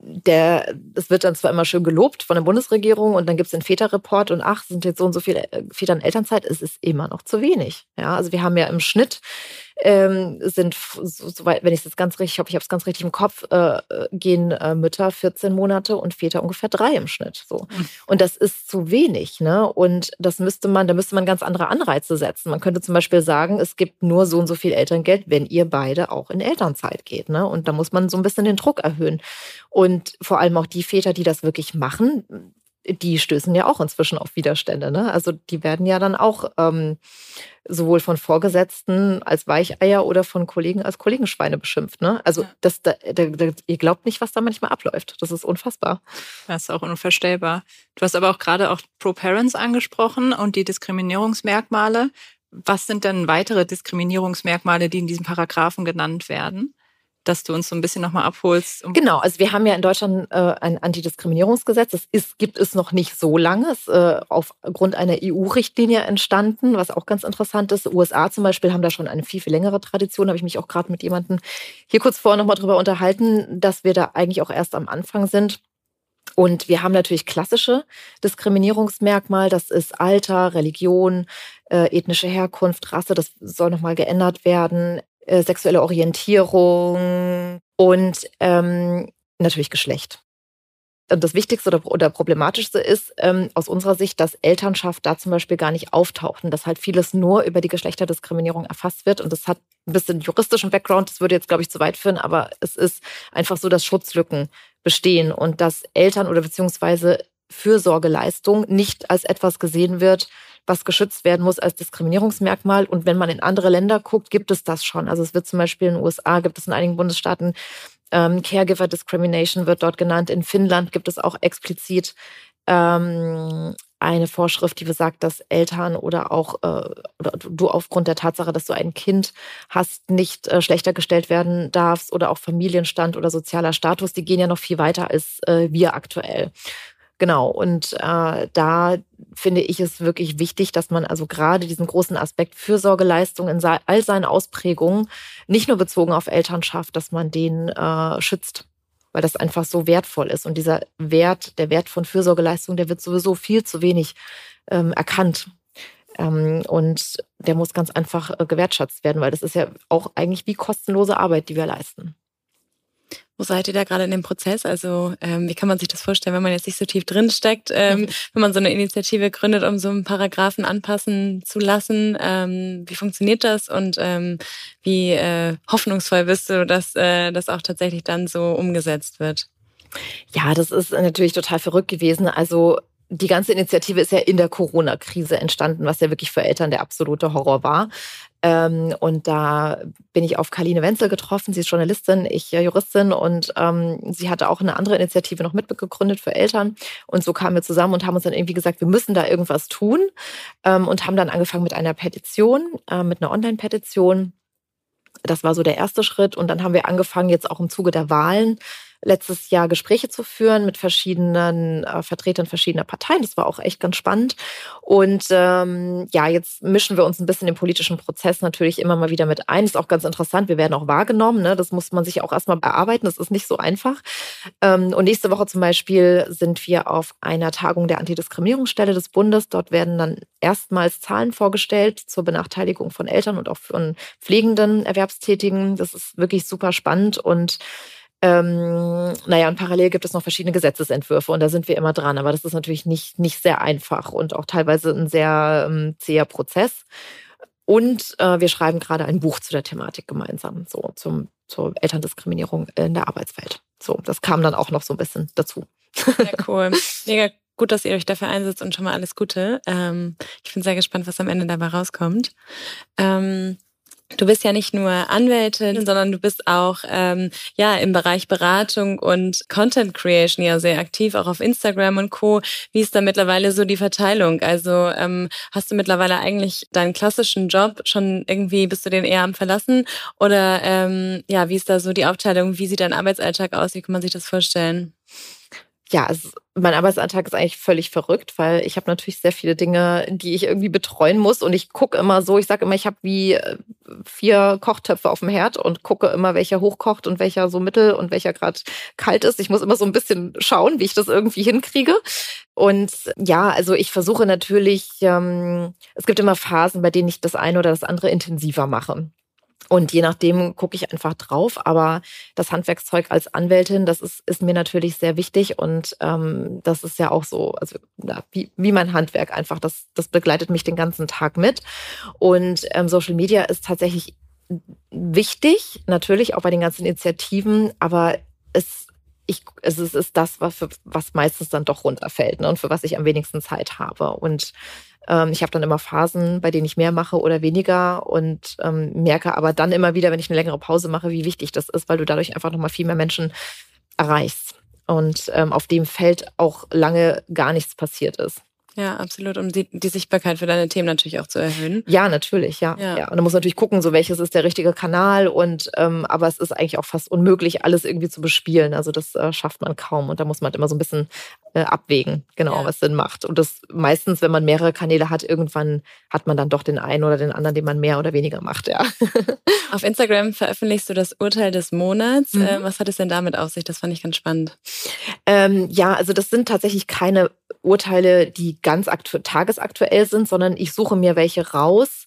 der, es wird dann zwar immer schön gelobt von der Bundesregierung und dann gibt es den Väterreport und ach, sind jetzt so und so viele Väter in Elternzeit, es ist immer noch zu wenig. Ja, also wir haben ja im Schnitt ähm, sind, soweit, wenn ich es jetzt ganz richtig, ich hoffe, ich habe es ganz richtig im Kopf, äh, gehen äh, Mütter vierzehn Monate und Väter ungefähr drei im Schnitt. So. Mhm. Und das ist zu wenig, ne? Und das müsste man, da müsste man ganz andere Anreize setzen. Man könnte zum Beispiel sagen, es gibt nur so und so viel Elterngeld, wenn ihr beide auch in Elternzeit geht, ne? Und da muss man so ein bisschen den Druck erhöhen. Und vor allem auch die Väter, die das wirklich machen, die stößen ja auch inzwischen auf Widerstände. Ne? Also die werden ja dann auch ähm, sowohl von Vorgesetzten als Weicheier oder von Kollegen als Kollegenschweine beschimpft. Ne? Also ja. das, da, da, da, ihr glaubt nicht, was da manchmal abläuft. Das ist unfassbar. Das ist auch unvorstellbar. Du hast aber auch gerade auch Pro-Parents angesprochen und die Diskriminierungsmerkmale. Was sind denn weitere Diskriminierungsmerkmale, die in diesem Paragraphen genannt werden? Dass du uns so ein bisschen nochmal abholst. Um genau, also wir haben ja in Deutschland äh, ein Antidiskriminierungsgesetz. Das ist, gibt es noch nicht so lange. Es ist äh, aufgrund einer E U-Richtlinie entstanden, was auch ganz interessant ist. U S A zum Beispiel haben da schon eine viel, viel längere Tradition. Da habe ich mich auch gerade mit jemandem hier kurz vorher nochmal drüber unterhalten, dass wir da eigentlich auch erst am Anfang sind. Und wir haben natürlich klassische Diskriminierungsmerkmale. Das ist Alter, Religion, äh, ethnische Herkunft, Rasse. Das soll nochmal geändert werden. Sexuelle Orientierung und ähm, natürlich Geschlecht. Und das Wichtigste oder, oder Problematischste ist ähm, aus unserer Sicht, dass Elternschaft da zum Beispiel gar nicht auftaucht und dass halt vieles nur über die Geschlechterdiskriminierung erfasst wird. Und das hat ein bisschen juristischen Background, das würde jetzt, glaube ich, zu weit führen, aber es ist einfach so, dass Schutzlücken bestehen und dass Eltern oder beziehungsweise Fürsorgeleistung nicht als etwas gesehen wird, was geschützt werden muss als Diskriminierungsmerkmal. Und wenn man in andere Länder guckt, gibt es das schon. Also es wird zum Beispiel in den U S A, gibt es in einigen Bundesstaaten, ähm, Caregiver Discrimination wird dort genannt. In Finnland gibt es auch explizit ähm, eine Vorschrift, die besagt, dass Eltern oder auch äh, oder du aufgrund der Tatsache, dass du ein Kind hast, nicht äh, schlechter gestellt werden darfst oder auch Familienstand oder sozialer Status. Die gehen ja noch viel weiter als äh, wir aktuell. Genau, und äh, da finde ich es wirklich wichtig, dass man also gerade diesen großen Aspekt Fürsorgeleistung in all seinen Ausprägungen, nicht nur bezogen auf Elternschaft, dass man den äh, schützt, weil das einfach so wertvoll ist. Und dieser Wert, der Wert von Fürsorgeleistung, der wird sowieso viel zu wenig ähm, erkannt. Ähm, und der muss ganz einfach äh, gewertschätzt werden, weil das ist ja auch eigentlich wie kostenlose Arbeit, die wir leisten. Wo seid ihr da gerade in dem Prozess? Also ähm, wie kann man sich das vorstellen, wenn man jetzt nicht so tief drin steckt, ähm, mhm. wenn man so eine Initiative gründet, um so einen Paragraphen anpassen zu lassen? Ähm, wie funktioniert das und ähm, wie äh, hoffnungsvoll bist du, dass äh, das auch tatsächlich dann so umgesetzt wird? Ja, das ist natürlich total verrückt gewesen. Also die ganze Initiative ist ja in der Corona-Krise entstanden, was ja wirklich für Eltern der absolute Horror war. Ähm, und da bin ich auf Karline Wenzel getroffen. Sie ist Journalistin, ich äh, Juristin, und ähm, sie hatte auch eine andere Initiative noch mitgegründet für Eltern. Und so kamen wir zusammen und haben uns dann irgendwie gesagt, wir müssen da irgendwas tun, ähm, und haben dann angefangen mit einer Petition, äh, mit einer Online-Petition. Das war so der erste Schritt. Und dann haben wir angefangen, jetzt auch im Zuge der Wahlen letztes Jahr Gespräche zu führen mit verschiedenen äh, Vertretern verschiedener Parteien. Das war auch echt ganz spannend. Und ähm, ja, jetzt mischen wir uns ein bisschen im politischen Prozess natürlich immer mal wieder mit ein. Ist auch ganz interessant. Wir werden auch wahrgenommen. Ne? Das muss man sich auch erstmal bearbeiten. Das ist nicht so einfach. Ähm, und nächste Woche zum Beispiel sind wir auf einer Tagung der Antidiskriminierungsstelle des Bundes. Dort werden dann erstmals Zahlen vorgestellt zur Benachteiligung von Eltern und auch von pflegenden Erwerbstätigen. Das ist wirklich super spannend. Und Ähm, naja, und parallel gibt es noch verschiedene Gesetzesentwürfe und da sind wir immer dran. Aber das ist natürlich nicht, nicht sehr einfach und auch teilweise ein sehr ähm, zäher Prozess. Und äh, wir schreiben gerade ein Buch zu der Thematik gemeinsam, so zum, zur Elterndiskriminierung in der Arbeitswelt. So, das kam dann auch noch so ein bisschen dazu. Ja, cool. Mega gut, dass ihr euch dafür einsetzt und schon mal alles Gute. Ähm, ich bin sehr gespannt, was am Ende dabei rauskommt. Ähm, Du bist ja nicht nur Anwältin, sondern du bist auch ähm, ja im Bereich Beratung und Content Creation ja sehr aktiv, auch auf Instagram und Co. Wie ist da mittlerweile so die Verteilung? Also ähm, hast du mittlerweile eigentlich deinen klassischen Job schon irgendwie, bist du den eher am Verlassen? Oder ähm, ja, wie ist da so die Aufteilung? Wie sieht dein Arbeitsalltag aus? Wie kann man sich das vorstellen? Ja, es, mein Arbeitsalltag ist eigentlich völlig verrückt, weil ich habe natürlich sehr viele Dinge, die ich irgendwie betreuen muss. Und ich gucke immer so, ich sage immer, ich habe wie vier Kochtöpfe auf dem Herd und gucke immer, welcher hochkocht und welcher so mittel und welcher gerade kalt ist. Ich muss immer so ein bisschen schauen, wie ich das irgendwie hinkriege. Und ja, also ich versuche natürlich, ähm, es gibt immer Phasen, bei denen ich das eine oder das andere intensiver mache. Und je nachdem gucke ich einfach drauf. Aber das Handwerkszeug als Anwältin, das ist, ist mir natürlich sehr wichtig. Und ähm, das ist ja auch so, also ja, wie, wie mein Handwerk einfach, das, das begleitet mich den ganzen Tag mit. Und ähm, Social Media ist tatsächlich wichtig, natürlich auch bei den ganzen Initiativen. Aber es, ich, es ist, ist das, was, für, was meistens dann doch runterfällt, ne, und für was ich am wenigsten Zeit habe. Und Ich habe dann immer Phasen, bei denen ich mehr mache oder weniger und ähm, merke aber dann immer wieder, wenn ich eine längere Pause mache, wie wichtig das ist, weil du dadurch einfach nochmal viel mehr Menschen erreichst und ähm, auf dem Feld auch lange gar nichts passiert ist. Ja, absolut. Um die, die Sichtbarkeit für deine Themen natürlich auch zu erhöhen. Ja, natürlich, ja. ja. ja. Und dann muss natürlich gucken, so welches ist der richtige Kanal. Und ähm, aber es ist eigentlich auch fast unmöglich, alles irgendwie zu bespielen. Also das äh, schafft man kaum. Und da muss man halt immer so ein bisschen äh, abwägen, genau, ja. was Sinn macht. Und das meistens, wenn man mehrere Kanäle hat, irgendwann hat man dann doch den einen oder den anderen, den man mehr oder weniger macht, ja. Auf Instagram veröffentlichst du das Urteil des Monats. Mhm. Ähm, was hat es denn damit auf sich? Das fand ich ganz spannend. Ähm, ja, also das sind tatsächlich keine Urteile, die ganz aktu- tagesaktuell sind, sondern ich suche mir welche raus,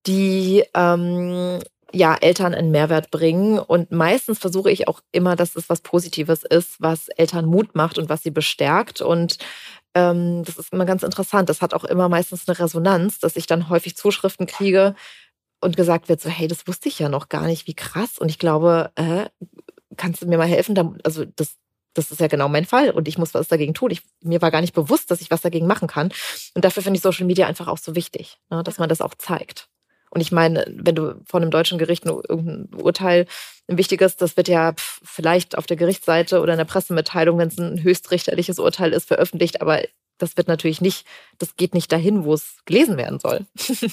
die ähm, ja, Eltern einen Mehrwert bringen. Und meistens versuche ich auch immer, dass es was Positives ist, was Eltern Mut macht und was sie bestärkt. Und ähm, das ist immer ganz interessant. Das hat auch immer meistens eine Resonanz, dass ich dann häufig Zuschriften kriege und gesagt wird so, hey, das wusste ich ja noch gar nicht, wie krass. Und ich glaube, äh, kannst du mir mal helfen? Also das Das ist ja genau mein Fall und ich muss was dagegen tun. Ich, mir war gar nicht bewusst, dass ich was dagegen machen kann. Und dafür finde ich Social Media einfach auch so wichtig, ne, dass man das auch zeigt. Und ich meine, wenn du vor einem deutschen Gericht irgendein Urteil ein wichtiges, das wird ja vielleicht auf der Gerichtsseite oder in der Pressemitteilung, wenn es ein höchstrichterliches Urteil ist, veröffentlicht, aber das wird natürlich nicht, das geht nicht dahin, wo es gelesen werden soll.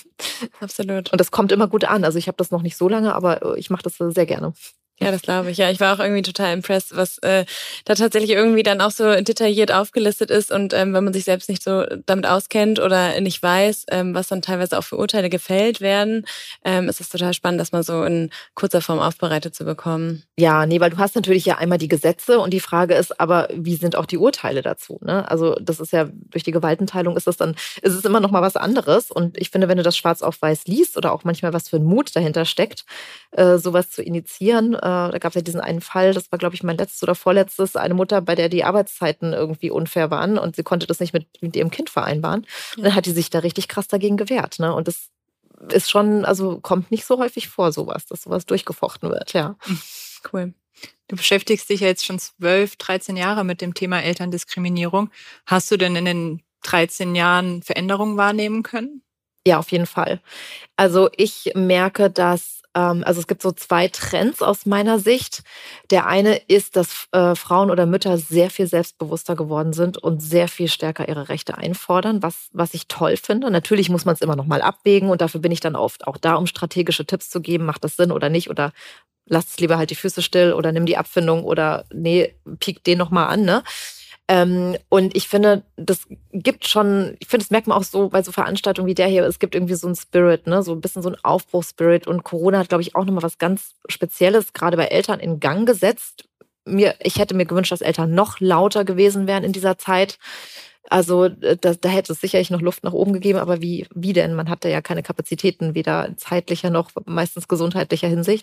Absolut. Und das kommt immer gut an. Also ich habe das noch nicht so lange, aber ich mache das sehr gerne. Ja, das glaube ich. Ja, ich war auch irgendwie total impressed, was äh, da tatsächlich irgendwie dann auch so detailliert aufgelistet ist. Und ähm, wenn man sich selbst nicht so damit auskennt oder nicht weiß, ähm, was dann teilweise auch für Urteile gefällt werden, ähm, ist es total spannend, das mal so in kurzer Form aufbereitet zu bekommen. Ja, nee, weil du hast natürlich ja einmal die Gesetze und die Frage ist aber, wie sind auch die Urteile dazu? Ne? Also das ist ja, durch die Gewaltenteilung ist das dann, ist es immer noch mal was anderes. Und ich finde, wenn du das schwarz auf weiß liest oder auch manchmal was für ein Mut dahinter steckt, äh, sowas zu initiieren, äh, da gab es ja diesen einen Fall, das war, glaube ich, mein letztes oder vorletztes, eine Mutter, bei der die Arbeitszeiten irgendwie unfair waren und sie konnte das nicht mit, mit ihrem Kind vereinbaren. Und dann hat die sich da richtig krass dagegen gewehrt. Ne? Und das ist schon, also kommt nicht so häufig vor, sowas, dass sowas durchgefochten wird, ja. Cool. Du beschäftigst dich ja jetzt schon zwölf, dreizehn Jahre mit dem Thema Elterndiskriminierung. Hast du denn in den dreizehn Jahren Veränderungen wahrnehmen können? Ja, auf jeden Fall. Also ich merke, dass, ähm, also es gibt so zwei Trends aus meiner Sicht. Der eine ist, dass äh, Frauen oder Mütter sehr viel selbstbewusster geworden sind und sehr viel stärker ihre Rechte einfordern, was, was ich toll finde. Natürlich muss man es immer noch mal abwägen und dafür bin ich dann oft auch da, um strategische Tipps zu geben. Macht das Sinn oder nicht? Oder lasst es lieber halt die Füße still oder nimm die Abfindung oder nee, piek den noch mal an, ne? Ähm, und ich finde, das gibt schon, ich finde, das merkt man auch so bei so Veranstaltungen wie der hier, es gibt irgendwie so einen Spirit, ne, so ein bisschen so einen Aufbruchsspirit. Und Corona hat, glaube ich, auch nochmal was ganz Spezielles, gerade bei Eltern, in Gang gesetzt. Mir, ich hätte mir gewünscht, dass Eltern noch lauter gewesen wären in dieser Zeit. Also da, da hätte es sicherlich noch Luft nach oben gegeben, aber wie, wie denn? Man hatte ja keine Kapazitäten, weder zeitlicher noch meistens gesundheitlicher Hinsicht.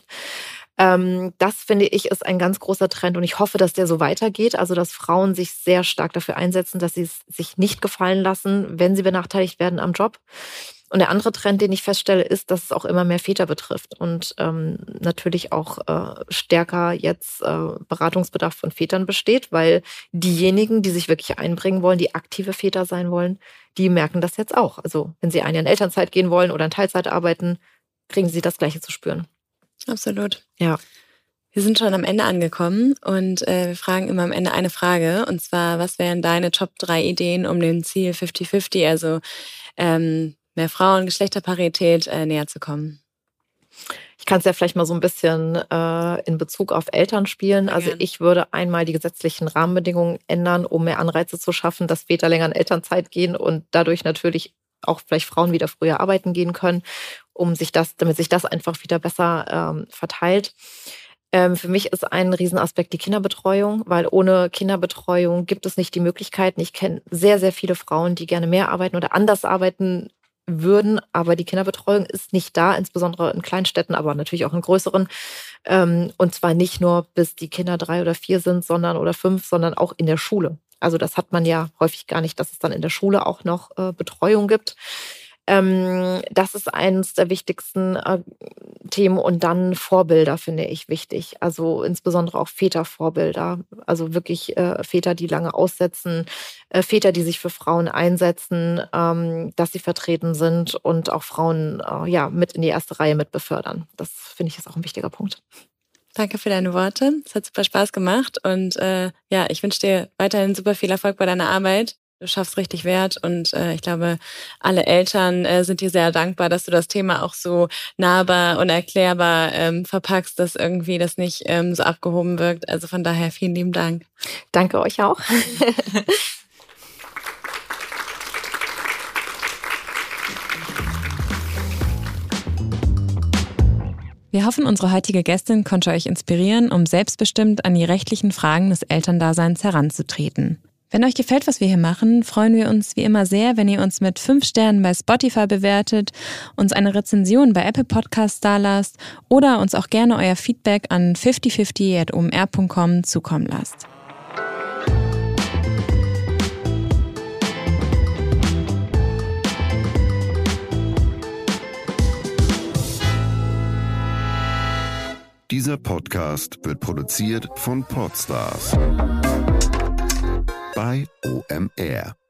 Ähm, das, finde ich, ist ein ganz großer Trend und ich hoffe, dass der so weitergeht. Also, dass Frauen sich sehr stark dafür einsetzen, dass sie es sich nicht gefallen lassen, wenn sie benachteiligt werden am Job. Und der andere Trend, den ich feststelle, ist, dass es auch immer mehr Väter betrifft und ähm, natürlich auch äh, stärker jetzt äh, Beratungsbedarf von Vätern besteht, weil diejenigen, die sich wirklich einbringen wollen, die aktive Väter sein wollen, die merken das jetzt auch. Also, wenn sie ein Jahr in Elternzeit gehen wollen oder in Teilzeit arbeiten, kriegen sie das Gleiche zu spüren. Absolut. Ja. Wir sind schon am Ende angekommen und äh, wir fragen immer am Ende eine Frage, und zwar, was wären deine Top drei Ideen, um dem Ziel fünfzig fünfzig, also ähm, mehr Frauen, Geschlechterparität, äh, näher zu kommen? Ich kann es ja vielleicht mal so ein bisschen äh, in Bezug auf Eltern spielen. Also ich würde einmal die gesetzlichen Rahmenbedingungen ändern, um mehr Anreize zu schaffen, dass Väter länger in Elternzeit gehen und dadurch natürlich auch vielleicht Frauen wieder früher arbeiten gehen können, um sich das, damit sich das einfach wieder besser ähm, verteilt. Ähm, für mich ist ein Riesenaspekt die Kinderbetreuung, weil ohne Kinderbetreuung gibt es nicht die Möglichkeiten. Ich kenne sehr, sehr viele Frauen, die gerne mehr arbeiten oder anders arbeiten würden, aber die Kinderbetreuung ist nicht da, insbesondere in Kleinstädten, aber natürlich auch in größeren. Ähm, und zwar nicht nur, bis die Kinder drei oder vier sind, sondern oder fünf, sondern auch in der Schule. Also das hat man ja häufig gar nicht, dass es dann in der Schule auch noch äh, Betreuung gibt. Ähm, das ist eines der wichtigsten äh, Themen. Und dann Vorbilder finde ich wichtig. Also insbesondere auch Vätervorbilder. Also wirklich äh, Väter, die lange aussetzen, äh, Väter, die sich für Frauen einsetzen, ähm, dass sie vertreten sind und auch Frauen äh, ja, mit in die erste Reihe mit befördern. Das finde ich ist auch ein wichtiger Punkt. Danke für deine Worte. Es hat super Spaß gemacht und äh, ja, ich wünsche dir weiterhin super viel Erfolg bei deiner Arbeit. Du schaffst richtig Wert und äh, ich glaube, alle Eltern äh, sind dir sehr dankbar, dass du das Thema auch so nahbar und erklärbar ähm, verpackst, dass irgendwie das nicht ähm, so abgehoben wirkt. Also von daher vielen lieben Dank. Danke euch auch. Wir hoffen, unsere heutige Gästin konnte euch inspirieren, um selbstbestimmt an die rechtlichen Fragen des Elterndaseins heranzutreten. Wenn euch gefällt, was wir hier machen, freuen wir uns wie immer sehr, wenn ihr uns mit fünf Sternen bei Spotify bewertet, uns eine Rezension bei Apple Podcasts dalasst oder uns auch gerne euer Feedback an fünfzig fünfzig at o m r punkt com zukommen lasst. Dieser Podcast wird produziert von Podstars bei O M R.